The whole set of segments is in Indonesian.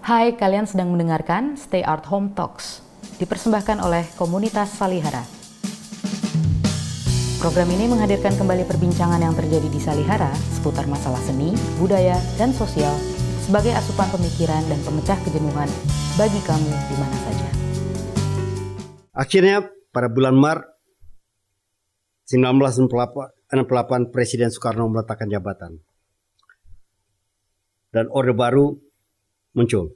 Hai, kalian sedang mendengarkan Stay Art Home Talks, dipersembahkan oleh komunitas Salihara. Program ini menghadirkan kembali perbincangan yang terjadi di Salihara seputar masalah seni, budaya, dan sosial sebagai asupan pemikiran dan pemecah kejenuhan bagi kamu di mana saja. Akhirnya pada bulan Maret 1968 Presiden Soekarno meletakkan jabatan. Dan orde baru muncul.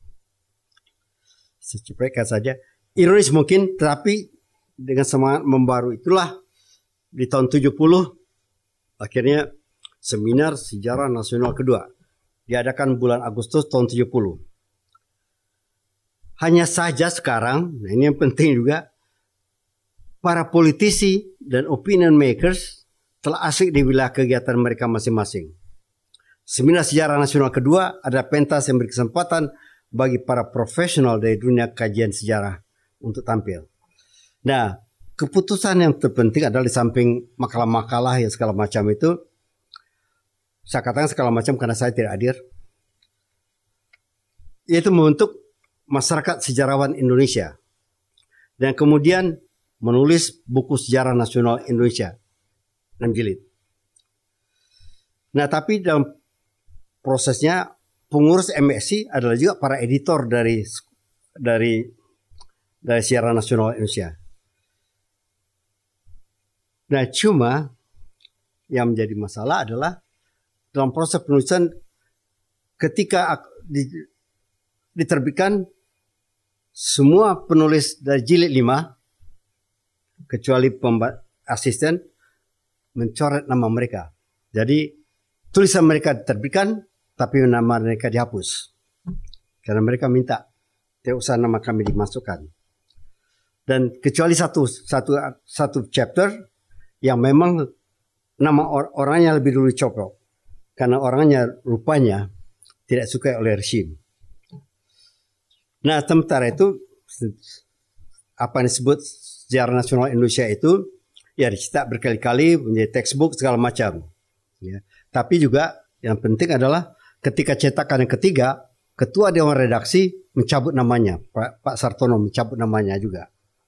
Secepatnya saja. Ironis mungkin, tetapi dengan semangat membaru itulah di tahun 70 akhirnya Seminar Sejarah Nasional kedua diadakan bulan Agustus tahun 70. Hanya saja sekarang, nah ini yang penting juga, para politisi dan opinion makers telah asik di wilayah kegiatan mereka masing-masing. Seminar Sejarah Nasional kedua adalah pentas yang beri kesempatan bagi para profesional dari dunia kajian sejarah untuk tampil. Nah, keputusan yang terpenting adalah di samping makalah-makalah yang segala macam itu, saya katakan segala macam karena saya tidak hadir, yaitu membentuk masyarakat sejarawan Indonesia dan kemudian menulis buku sejarah nasional Indonesia 6 jilid. Nah, tapi dalam prosesnya pengurus MSI adalah juga para editor dari Sejarah Nasional Indonesia. Nah, cuma yang menjadi masalah adalah dalam proses penulisan ketika diterbitkan, semua penulis dari jilid 5 kecuali asisten mencoret nama mereka. Jadi tulisan mereka diterbitkan tapi nama mereka dihapus. Karena mereka minta tidak usah nama kami dimasukkan. Dan kecuali satu chapter yang memang nama orangnya lebih dulu copot. Karena orangnya rupanya tidak suka oleh rezim. Nah, sementara itu apa yang disebut Sejarah Nasional Indonesia itu ya dicetak berkali-kali menjadi textbook segala macam. Ya. Tapi juga yang penting adalah ketika cetakan yang ketiga, ketua Dewan Redaksi mencabut namanya, Pak Sartono mencabut namanya juga.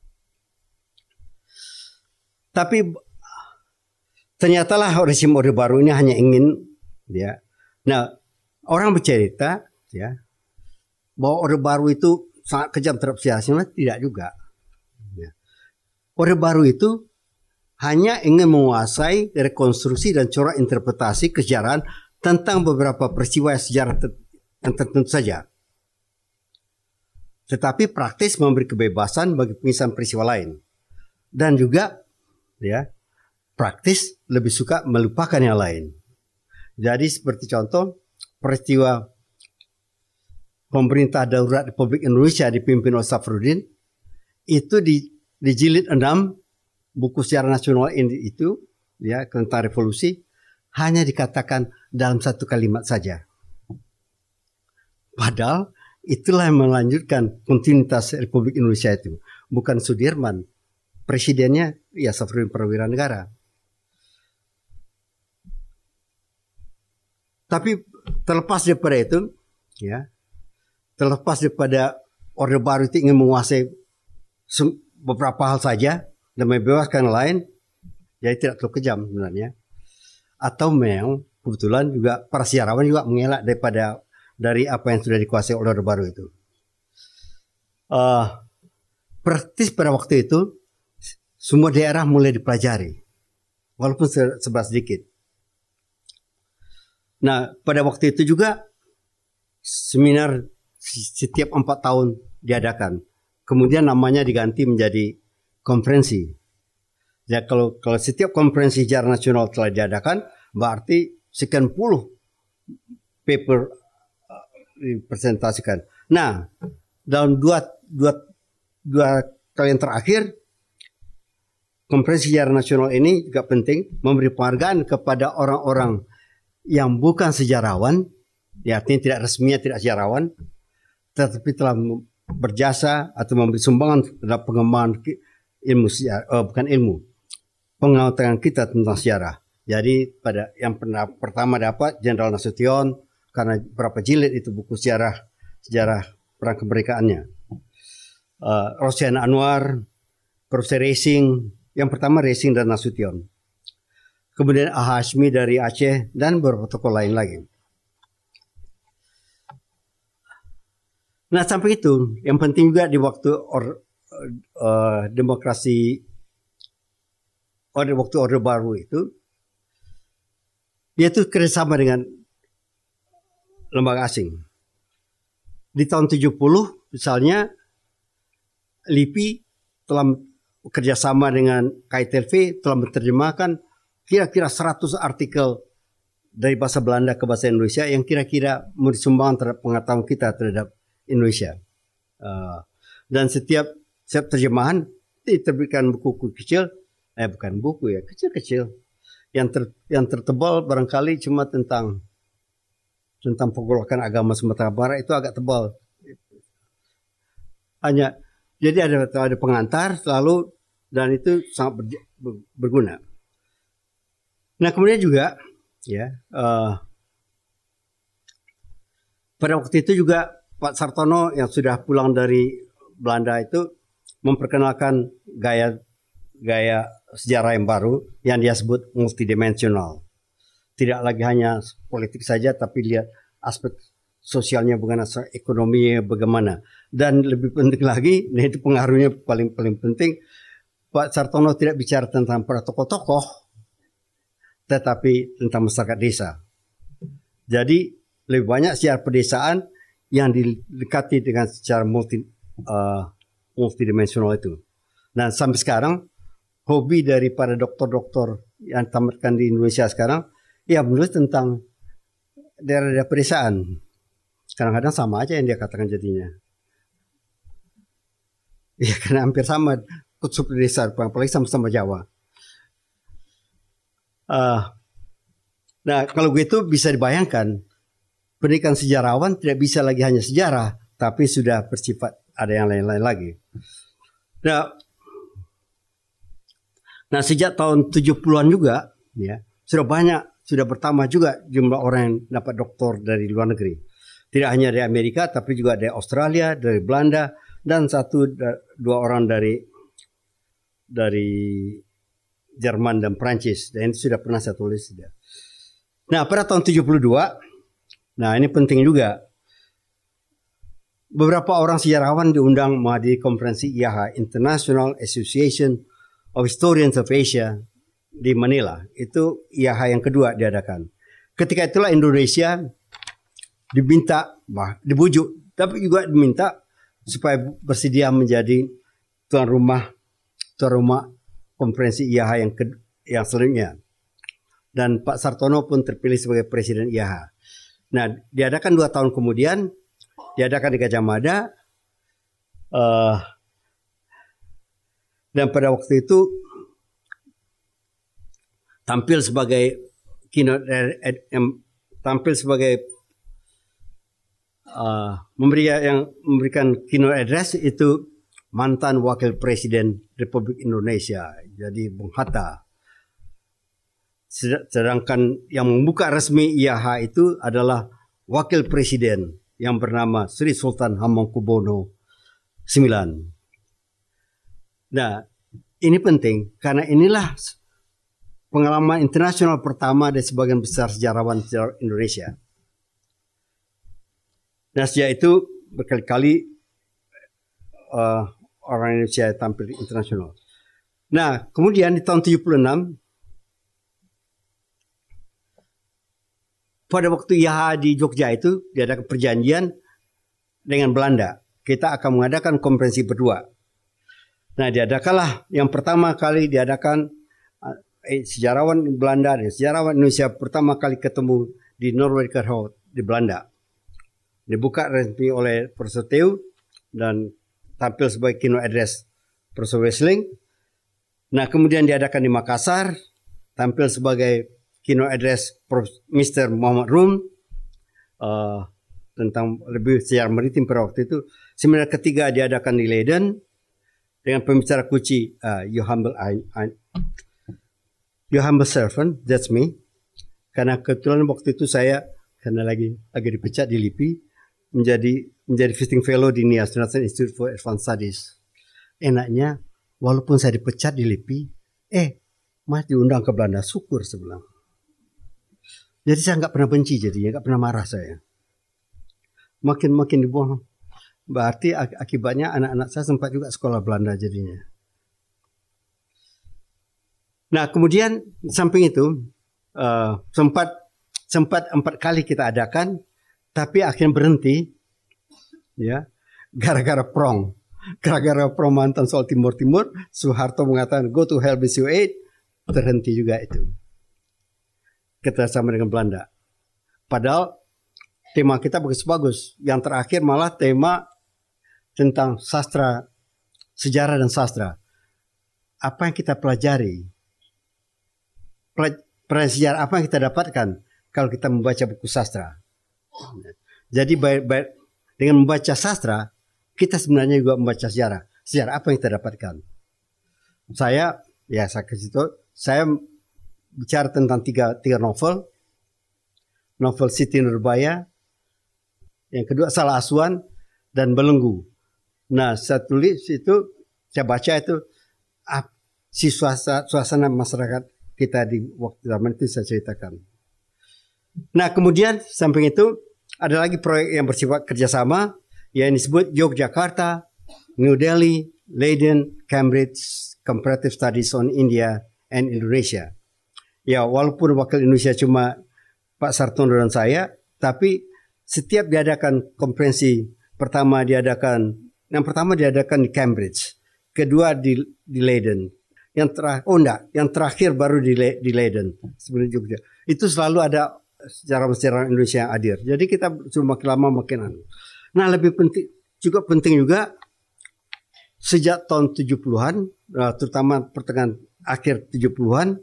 Tapi ternyatalah rezim Orde Baru ini hanya ingin, ya. Nah, orang bercerita, ya, bahwa Orde Baru itu sangat kejam terhadap sejarah, tidak juga. Ya. Orde Baru itu hanya ingin menguasai rekonstruksi dan corak interpretasi kesejarahan tentang beberapa peristiwa sejarah yang tertentu saja. Tetapi praktis memberi kebebasan bagi pengisahan peristiwa lain. Dan juga ya praktis lebih suka melupakan yang lain. Jadi seperti contoh peristiwa pemerintah darurat Republik Indonesia dipimpin oleh Safruddin itu di jilid 6 buku sejarah nasional ini itu ya tentang revolusi hanya dikatakan dalam satu kalimat saja. Padahal itulah yang melanjutkan kontinuitas Republik Indonesia itu. Bukan Sudirman. Presidennya ya Safruddin Perwira Negara. Tapi terlepas daripada itu, ya, terlepas daripada Orde Baru itu ingin menguasai beberapa hal saja dan membebaskan lain, jadi tidak terlalu kejam sebenarnya. Atau memang kebetulan juga para sejarawan juga mengelak dari apa yang sudah dikuasai oleh Orde Baru itu. Praktis pada waktu itu semua daerah mulai dipelajari, walaupun seberapa sedikit. Nah, pada waktu itu juga seminar setiap 4 tahun diadakan. Kemudian namanya diganti menjadi konferensi. Ya, kalau setiap konferensi sejarah nasional telah diadakan, berarti sekian puluh paper dipresentasikan. Nah, dalam dua kali yang terakhir, konferensi sejarah nasional ini juga penting memberi penghargaan kepada orang-orang yang bukan sejarawan, ya artinya tidak resminya tidak sejarawan, tetapi telah berjasa atau memberi sumbangan terhadap pengembangan ilmu sejarah, bukan ilmu, pengetahuan kita tentang sejarah. Jadi pada yang pertama dapat Jenderal Nasution karena berapa jilid itu buku sejarah sejarah perang kemerdekaannya. Rosyan Anwar, Profesor Racing, yang pertama Racing dan Nasution. Kemudian Hashmi dari Aceh dan beberapa tokoh lain lagi. Nah sampai itu, yang penting juga di waktu waktu Orde Baru itu, dia itu kerjasama dengan lembaga asing. Di tahun 70 misalnya LIPI telah kerjasama dengan KITV telah menerjemahkan kira-kira 100 artikel dari bahasa Belanda ke bahasa Indonesia yang kira-kira disumbangkan terhadap pengetahuan kita terhadap Indonesia. Dan setiap terjemahan diterbitkan buku kecil, bukan buku ya, kecil-kecil. Yang tertebal barangkali cuma tentang pergolakan agama Sumatera Barat, itu agak tebal. Jadi ada pengantar selalu, dan itu sangat berguna. Nah kemudian juga ya pada waktu itu juga Pak Sartono yang sudah pulang dari Belanda itu memperkenalkan gaya sejarah yang baru yang dia sebut multidimensional. Tidak lagi hanya politik saja, tapi lihat aspek sosialnya bagaimana, ekonominya bagaimana. Dan lebih penting lagi, nah itu pengaruhnya paling penting, Pak Sartono tidak bicara tentang para tokoh-tokoh, tetapi tentang masyarakat desa. Jadi lebih banyak sejarah pedesaan yang didekati dengan secara multidimensional itu. Nah sampai sekarang hobi daripada dokter-dokter yang tamatkan di Indonesia sekarang ya menulis tentang daerah-daerah pedesaan. Kadang-kadang sama aja yang dia katakan jadinya. Ya karena hampir sama kutub desa, apalagi sama-sama Jawa. Nah kalau begitu bisa dibayangkan pendidikan sejarawan tidak bisa lagi hanya sejarah, tapi sudah bersifat ada yang lain-lain lagi. Nah sejak tahun 70-an juga ya sudah bertambah juga jumlah orang yang dapat doktor dari luar negeri. Tidak hanya dari Amerika, tapi juga dari Australia, dari Belanda, dan 1-2 orang dari Jerman dan Prancis. Dan itu sudah pernah saya tulis. Nah pada tahun 72, nah ini penting juga, beberapa orang sejarawan diundang menghadiri konferensi IAHA, International Association of Historians of Asia, di Manila. Itu IAHA yang kedua diadakan. Ketika itulah Indonesia dibujuk, tapi juga diminta supaya bersedia menjadi tuan rumah konferensi IAHA yang selanjutnya. Dan Pak Sartono pun terpilih sebagai presiden IAHA. Nah, diadakan 2 tahun kemudian, diadakan di Gajah Mada, dan pada waktu itu tampil sebagai memberikan keynote address itu mantan wakil presiden Republik Indonesia, jadi Bung Hatta. Sedangkan yang membuka resmi IAHA itu adalah wakil presiden yang bernama Sri Sultan Hamengkubuwono IX. Nah, ini penting karena inilah pengalaman internasional pertama dari sebagian besar sejarawan sejarah Indonesia. Nah, sejak itu berkali-kali orang Indonesia tampil di internasional. Nah, kemudian di tahun 76, pada waktu IAHA di Jogja itu diadakan perjanjian dengan Belanda. Kita akan mengadakan konferensi berdua. Nah, diadakanlah yang pertama kali diadakan sejarawan Belanda dan sejarawan Indonesia pertama kali ketemu di Noorderkerhout di Belanda. Dibuka resmi oleh Profesor Theo dan tampil sebagai keynote address Profesor Wesseling. Nah, kemudian diadakan di Makassar, tampil sebagai keynote address Mr. Muhammad Rum tentang lebih sejarah maritim pada waktu itu. Seminar ketiga diadakan di Leiden dengan pembicara kunci your humble servant, that's me. Karena kebetulan waktu itu saya karena lagi dipecat di LIPI, menjadi visiting fellow di NIAS, National Institute for Advanced Studies. Enaknya, walaupun saya dipecat di LIPI, Mas diundang ke Belanda, syukur sebelah. Jadi saya nggak pernah benci jadinya, nggak pernah marah saya. Makin dibuang. Berarti akibatnya anak-anak saya sempat juga sekolah Belanda jadinya. Nah kemudian samping itu sempat 4 kali kita adakan, tapi akhirnya berhenti, ya, gara-gara prong mantan soal Timur, Soeharto mengatakan go to hell with you aid, terhenti juga itu kerjasama dengan Belanda. Padahal tema kita bagus-bagus. Yang terakhir malah tema tentang sastra, sejarah dan sastra. Apa yang kita pelajari? Pelajaran sejarah apa yang kita dapatkan kalau kita membaca buku sastra? Jadi dengan membaca sastra, kita sebenarnya juga membaca sejarah. Sejarah apa yang kita dapatkan? Saya kasih tahu, saya bicara tentang tiga novel. Novel Siti Nurbaya, yang kedua Salah Asuhan, dan Belenggu. Nah, saya tulis itu, saya baca itu suasana masyarakat kita di waktu zaman itu saya ceritakan. Nah, kemudian samping itu ada lagi proyek yang bersifat kerjasama yang disebut Yogyakarta, New Delhi, Leiden, Cambridge Comparative Studies on India and Indonesia. Ya, walaupun wakil Indonesia cuma Pak Sartono dan saya, tapi setiap diadakan konferensi yang pertama diadakan di Cambridge, kedua di Leiden, yang terakhir baru di Leiden sebelum Jogja. Itu selalu ada sejarah Indonesia yang hadir. Jadi kita cuma makin lama makin Nah, lebih penting juga sejak tahun 70-an, terutama pertengahan akhir 70-an,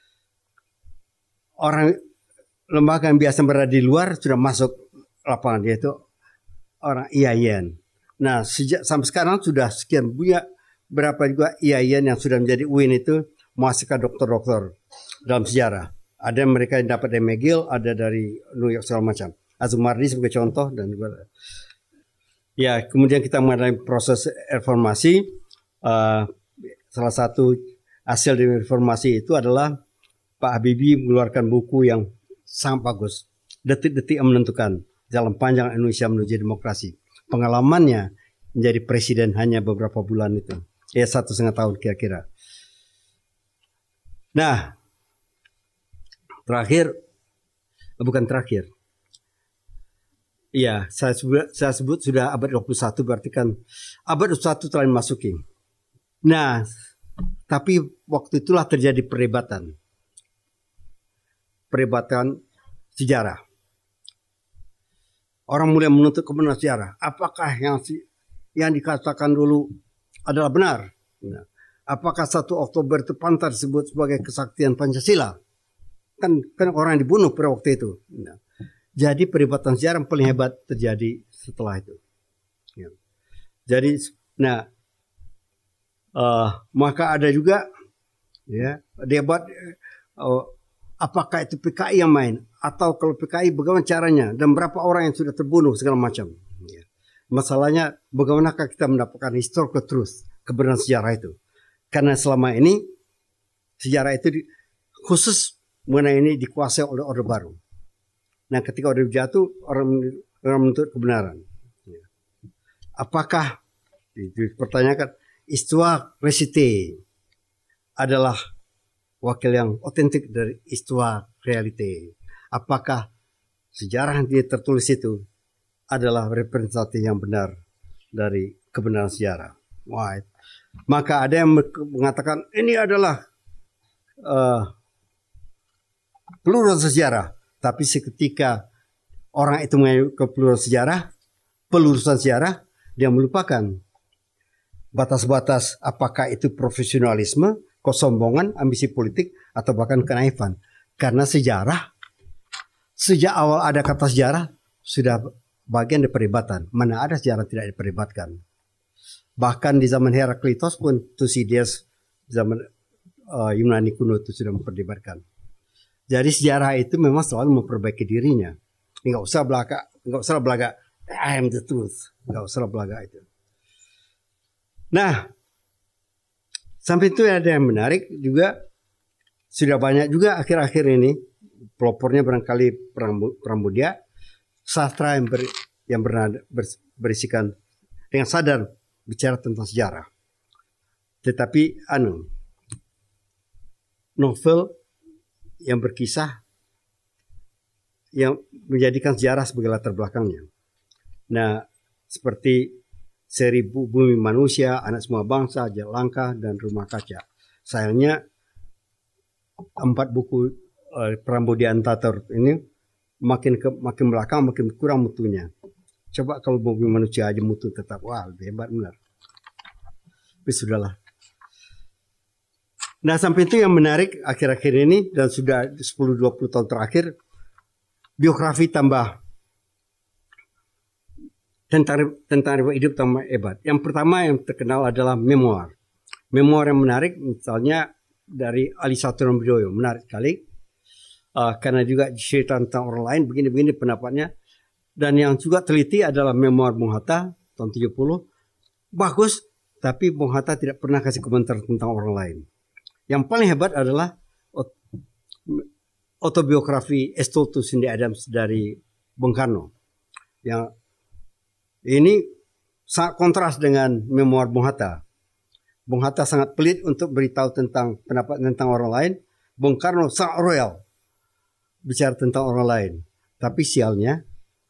orang lembaga yang biasa berada di luar sudah masuk lapangan, yaitu orang IAIN. Nah, sampai sekarang sudah sekian banyak berapa juga IAIN yang sudah menjadi UIN itu menghasilkan dokter-dokter dalam sejarah. Ada mereka yang dapat dari McGill, ada dari New York segala macam. Azumardi sebagai contoh dan juga. Ya, kemudian kita mulai proses reformasi. Salah satu hasil dari reformasi itu adalah Pak Habibie mengeluarkan buku yang sangat bagus. Detik-detik yang menentukan jalan panjang Indonesia menuju demokrasi. Pengalamannya menjadi presiden hanya beberapa bulan itu. 1,5 tahun kira-kira. Nah, bukan terakhir. Iya, saya sebut sudah abad 21, berarti kan abad 21 telah dimasuki. Nah, tapi waktu itulah terjadi perdebatan sejarah. Orang mulai menuntut kebenaran sejarah. Apakah yang dikatakan dulu adalah benar? Nah, apakah 1 Oktober itu pantas disebut sebagai kesaktian Pancasila? Kan orang yang dibunuh pada waktu itu. Nah, jadi perdebatan sejarah yang paling hebat terjadi setelah itu. Ya. Jadi, maka ada juga debat apakah itu PKI yang main, atau kalau PKI bagaimana caranya dan berapa orang yang sudah terbunuh segala macam. Ya. Masalahnya bagaimanakah kita mendapatkan historical truth, kebenaran sejarah itu? Karena selama ini sejarah itu khusus mengenai ini dikuasai oleh Orde Baru. Nah, ketika Orde jatuh, orang menuntut kebenaran. Ya. Apakah dipertanyakan Histoire récitée adalah wakil yang otentik dari Histoire réalité? Apakah sejarah yang tertulis itu adalah representatif yang benar dari kebenaran sejarah? Right. Maka ada yang mengatakan ini adalah pluralitas sejarah. Tapi seketika orang itu mengayu ke pelurusan sejarah, dia melupakan batas-batas apakah itu profesionalisme, kesombongan, ambisi politik, atau bahkan kenaifan. Karena sejarah, sejak awal ada kata sejarah, sudah bagian dari perdebatan. Mana ada sejarah tidak diperdebatkan. Bahkan di zaman Heraklitos pun Thucydides, zaman Yunani kuno itu sudah memperdebatkan. Jadi sejarah itu memang selalu memperbaiki dirinya. Enggak usah belaka I am the truth. Gak usah belaga itu. Nah, sampai itu ada yang menarik juga. Sudah banyak juga akhir-akhir ini pelopornya barangkali Pramudia sastra yang berisikan dengan sadar bicara tentang sejarah. Tetapi novel yang berkisah yang menjadikan sejarah sebagai latar belakangnya. Nah, seperti seri Bumi Manusia, Anak Semua Bangsa, Jalangka, dan Rumah Kaca. Sayangnya 4 buku Pramudia Antatur ini makin belakang makin kurang mutunya. Coba kalau Bumi Manusia aja mutu tetap, wah lebih hebat benar. Tapi sudahlah. Nah, sampai itu yang menarik akhir-akhir ini dan sudah 10-20 tahun terakhir, biografi tambah tentang hidup tambah hebat. Yang pertama yang terkenal adalah memoir. Memoir yang menarik misalnya dari Ali Satrio, menarik sekali. Karena juga cerita tentang orang lain, begini-begini pendapatnya. Dan yang juga teliti adalah memoir Bung Hatta tahun 70. Bagus, tapi Bung Hatta tidak pernah kasih komentar tentang orang lain. Yang paling hebat adalah autobiografi Estoltu Cindy Adams dari Bung Karno. Yang ini sangat kontras dengan memoir Bung Hatta. Bung Hatta sangat pelit untuk beritahu tentang pendapat tentang orang lain. Bung Karno sangat royal bicara tentang orang lain. Tapi sialnya,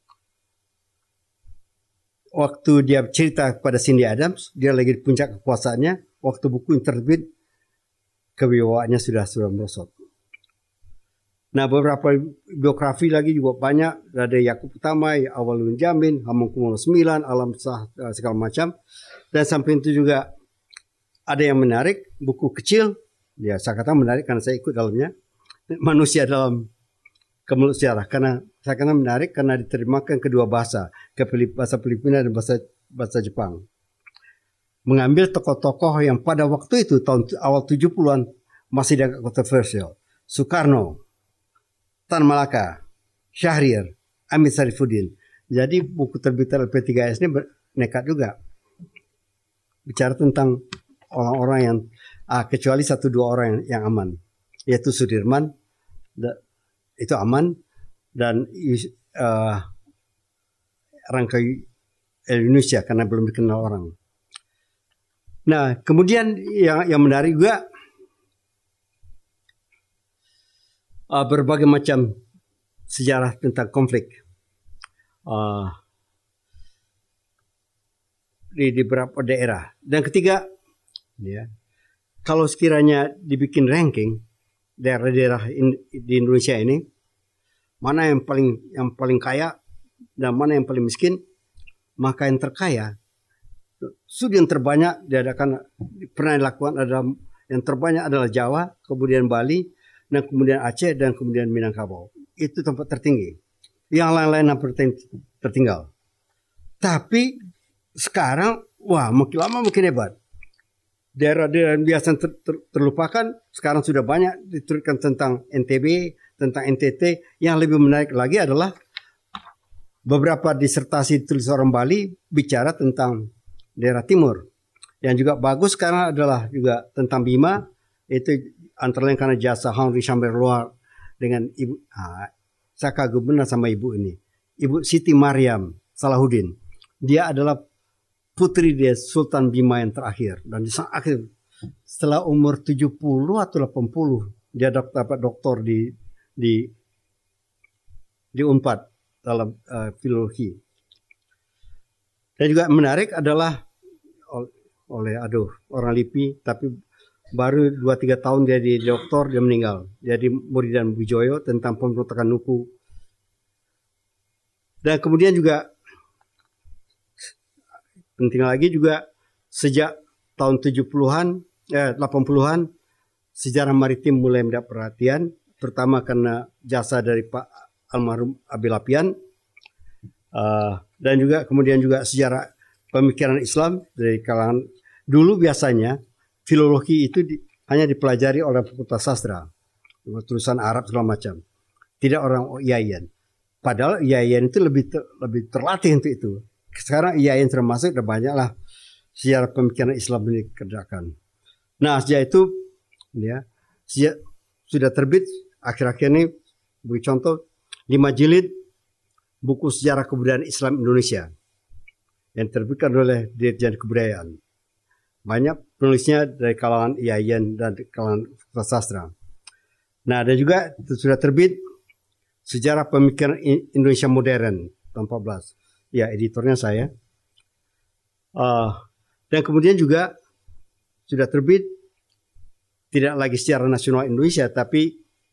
waktu dia cerita kepada Cindy Adams, dia lagi di puncak kekuasaannya. Waktu buku terbit, kewibawaannya sudah merosot. Nah, beberapa biografi lagi juga banyak. Ada Yakub Utama, Awaludin Jamin, Hamengkubuwono IX, Alam Shah, segala macam. Dan sampai itu juga ada yang menarik, buku kecil, ya saya kata menarik karena saya ikut dalamnya, Manusia dalam Kemelut Sejarah. Karena saya kata menarik karena diterjemahkan kedua bahasa, bahasa Filipina dan bahasa Jepang. Mengambil tokoh-tokoh yang pada waktu itu tahun awal 70-an masih agak kontroversial. Soekarno, Tan Malaka, Syahrir, Amin Sarifuddin. Jadi buku terbitan LP3S ini nekat juga bicara tentang orang-orang yang kecuali 1-2 orang yang aman, yaitu Sudirman, itu aman, dan Rangka Indonesia karena belum dikenal orang. Nah, kemudian yang menarik juga berbagai macam sejarah tentang konflik di beberapa daerah. Dan ketiga, ya, kalau sekiranya dibikin ranking daerah-daerah di Indonesia ini, mana yang paling kaya dan mana yang paling miskin, maka yang terkaya, studi yang terbanyak pernah dilakukan adalah yang terbanyak adalah Jawa, kemudian Bali, dan kemudian Aceh, dan kemudian Minangkabau. Itu tempat tertinggi. Yang lain-lain tertinggal. Tapi sekarang, wah, makin lama makin hebat. Daerah-daerah yang biasa terlupakan sekarang sudah banyak dituliskan tentang NTB, tentang NTT. Yang lebih menarik lagi adalah beberapa disertasi tulis orang Bali bicara tentang daerah timur. Yang juga bagus karena adalah juga tentang Bima, itu antara lain karena jasa Henri Chamberlain dengan ibu, saya kagum benar sama ibu ini, Ibu Siti Mariam Salahuddin. Dia adalah putri dia Sultan Bima yang terakhir, dan di saat akhir setelah umur 70 atau 80 dia dapat doktor di Unpad dalam filologi. Dan juga menarik adalah oleh orang LIPI, tapi baru 2-3 tahun dia di doktor, dia meninggal. Jadi Muridan Wijoyo tentang pemberontakan Nuku. Dan kemudian juga penting lagi juga sejak tahun 80-an sejarah maritim mulai mendapat perhatian, terutama karena jasa dari Pak almarhum Abi Lapian, dan juga kemudian juga sejarah pemikiran Islam dari kalangan. Dulu biasanya filologi itu hanya dipelajari oleh fakultas sastra, tulisan Arab segala macam, tidak orang Yayan. Padahal IAIN itu lebih terlatih untuk itu. Sekarang IAIN termasuk udah banyaklah sejarah pemikiran Islam ini dikerjakan. Nah, sejak itu ya sudah terbit akhir-akhir ini, beri contoh 5 jilid buku sejarah kebudayaan Islam Indonesia yang terbitkan oleh Dirjen Kebudayaan. Banyak penulisnya dari kalangan IAIN dan kalangan sastra. Nah, ada juga sudah terbit Sejarah Pemikiran Indonesia Modern tahun 14. Ya, editornya saya. Dan kemudian juga sudah terbit tidak lagi sejarah nasional Indonesia, tetapi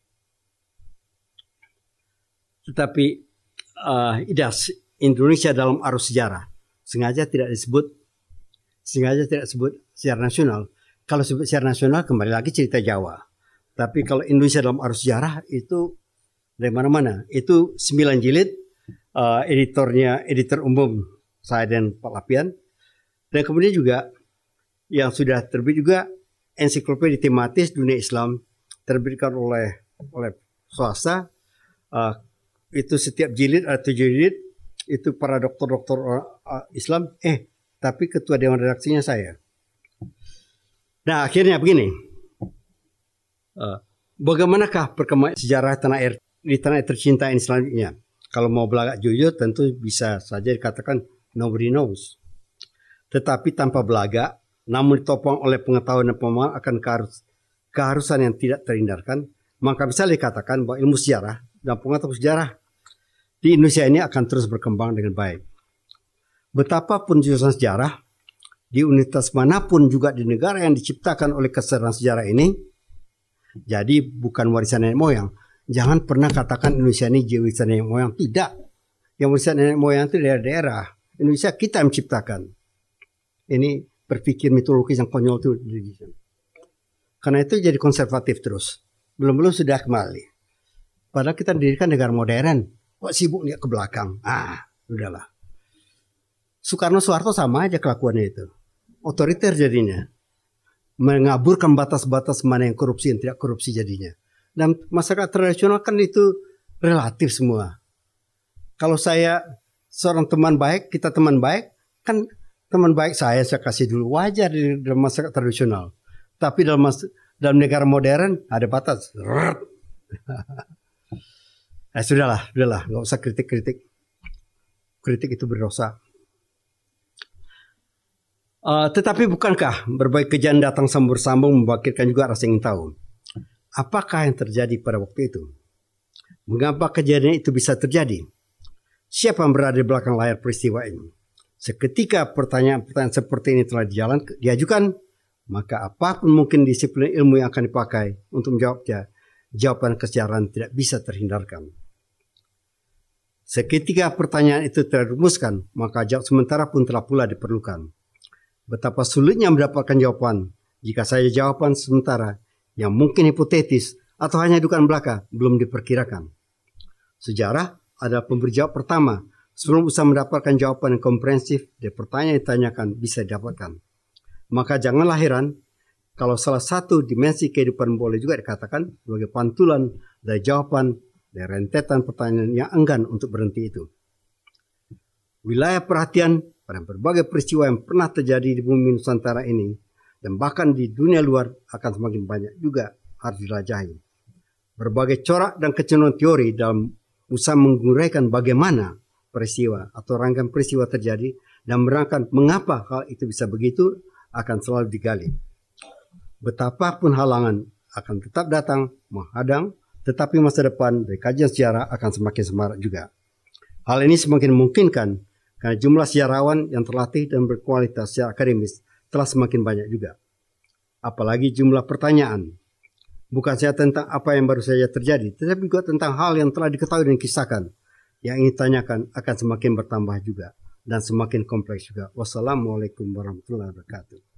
IDAS Indonesia dalam arus sejarah. Sengaja tidak disebut sejarah nasional. Kalau sebut sejarah nasional kembali lagi cerita Jawa. Tapi kalau Indonesia dalam arus sejarah itu dari mana-mana. Itu 9 jilid, editor umum saya dan Pak Lapian. Dan kemudian juga yang sudah terbit juga ensiklopedia tematis dunia Islam, terbitkan oleh swasta. Itu setiap jilid ada 7 jilid. Itu para dokter-dokter Islam. Tapi ketua dewan redaksinya saya. Nah, akhirnya begini. Bagaimanakah perkembangan sejarah tanah air di tanah tercinta ini selanjutnya? Kalau mau belagak jujur tentu bisa saja dikatakan nobody knows. Tetapi tanpa belagak, namun ditopang oleh pengetahuan dan pemahaman akan keharusan yang tidak terhindarkan, maka bisa dikatakan bahwa ilmu sejarah dan pengetahuan sejarah di Indonesia ini akan terus berkembang dengan baik. Betapapun jurusan sejarah, di universitas manapun juga di negara yang diciptakan oleh kesadaran sejarah ini, jadi bukan warisan nenek moyang. Jangan pernah katakan Indonesia ini warisan nenek moyang. Tidak. Yang warisan nenek moyang itu daerah-daerah. Indonesia kita yang menciptakan. Ini berpikir mitologis yang konyol itu. Karena itu jadi konservatif terus. Belum-belum sudah kembali. Padahal kita didirikan negara modern. Kok sibuk lihat ke belakang? Udahlah. Soekarno-Soeharto sama aja kelakuannya itu. Otoriter jadinya. Mengaburkan batas-batas mana yang korupsi dan tidak korupsi jadinya. Dan masyarakat tradisional kan itu relatif semua. Kalau saya seorang teman baik, kita teman baik, kan teman baik saya kasih dulu, wajar di dalam masyarakat tradisional. Tapi dalam negara modern ada batas. Sudahlah, nggak usah kritik. Kritik itu berdosa. Tetapi bukankah berbagai kejadian datang sambung-sambung membangkitkan juga rasa ingin tahu? Apakah yang terjadi pada waktu itu? Mengapa kejadian itu bisa terjadi? Siapa yang berada di belakang layar peristiwa ini? Seketika pertanyaan-pertanyaan seperti ini telah diajukan, maka apapun mungkin disiplin ilmu yang akan dipakai untuk menjawabnya, jawaban kesejarahan tidak bisa terhindarkan. Seketika pertanyaan itu terrumuskan, maka jawab sementara pun telah pula diperlukan. Betapa sulitnya mendapatkan jawaban jika saja jawaban sementara yang mungkin hipotetis atau hanya dugaan belaka belum diperkirakan. Sejarah adalah pemberi jawab pertama sebelum bisa mendapatkan jawaban yang komprehensif dari pertanyaan yang ditanyakan bisa didapatkan. Maka janganlah heran kalau salah satu dimensi kehidupan boleh juga dikatakan sebagai pantulan dari jawaban dari rentetan pertanyaan yang enggan untuk berhenti itu. Wilayah perhatian pada berbagai peristiwa yang pernah terjadi di bumi Nusantara ini dan bahkan di dunia luar akan semakin banyak juga harus dijelajahi. Berbagai corak dan kecenderungan teori dalam usaha menguraikan bagaimana peristiwa atau rangkaian peristiwa terjadi dan menerangkan mengapa hal itu bisa begitu akan selalu digali. Betapapun halangan akan tetap datang menghadang, tetapi masa depan dari kajian sejarah akan semakin semarak juga. Hal ini semakin memungkinkan karena jumlah sejarawan yang terlatih dan berkualitas secara akademis telah semakin banyak juga. Apalagi jumlah pertanyaan. Bukan saja tentang apa yang baru saja terjadi, tetapi juga tentang hal yang telah diketahui dan kisahkan. Yang ingin ditanyakan akan semakin bertambah juga. Dan semakin kompleks juga. Wassalamualaikum warahmatullahi wabarakatuh.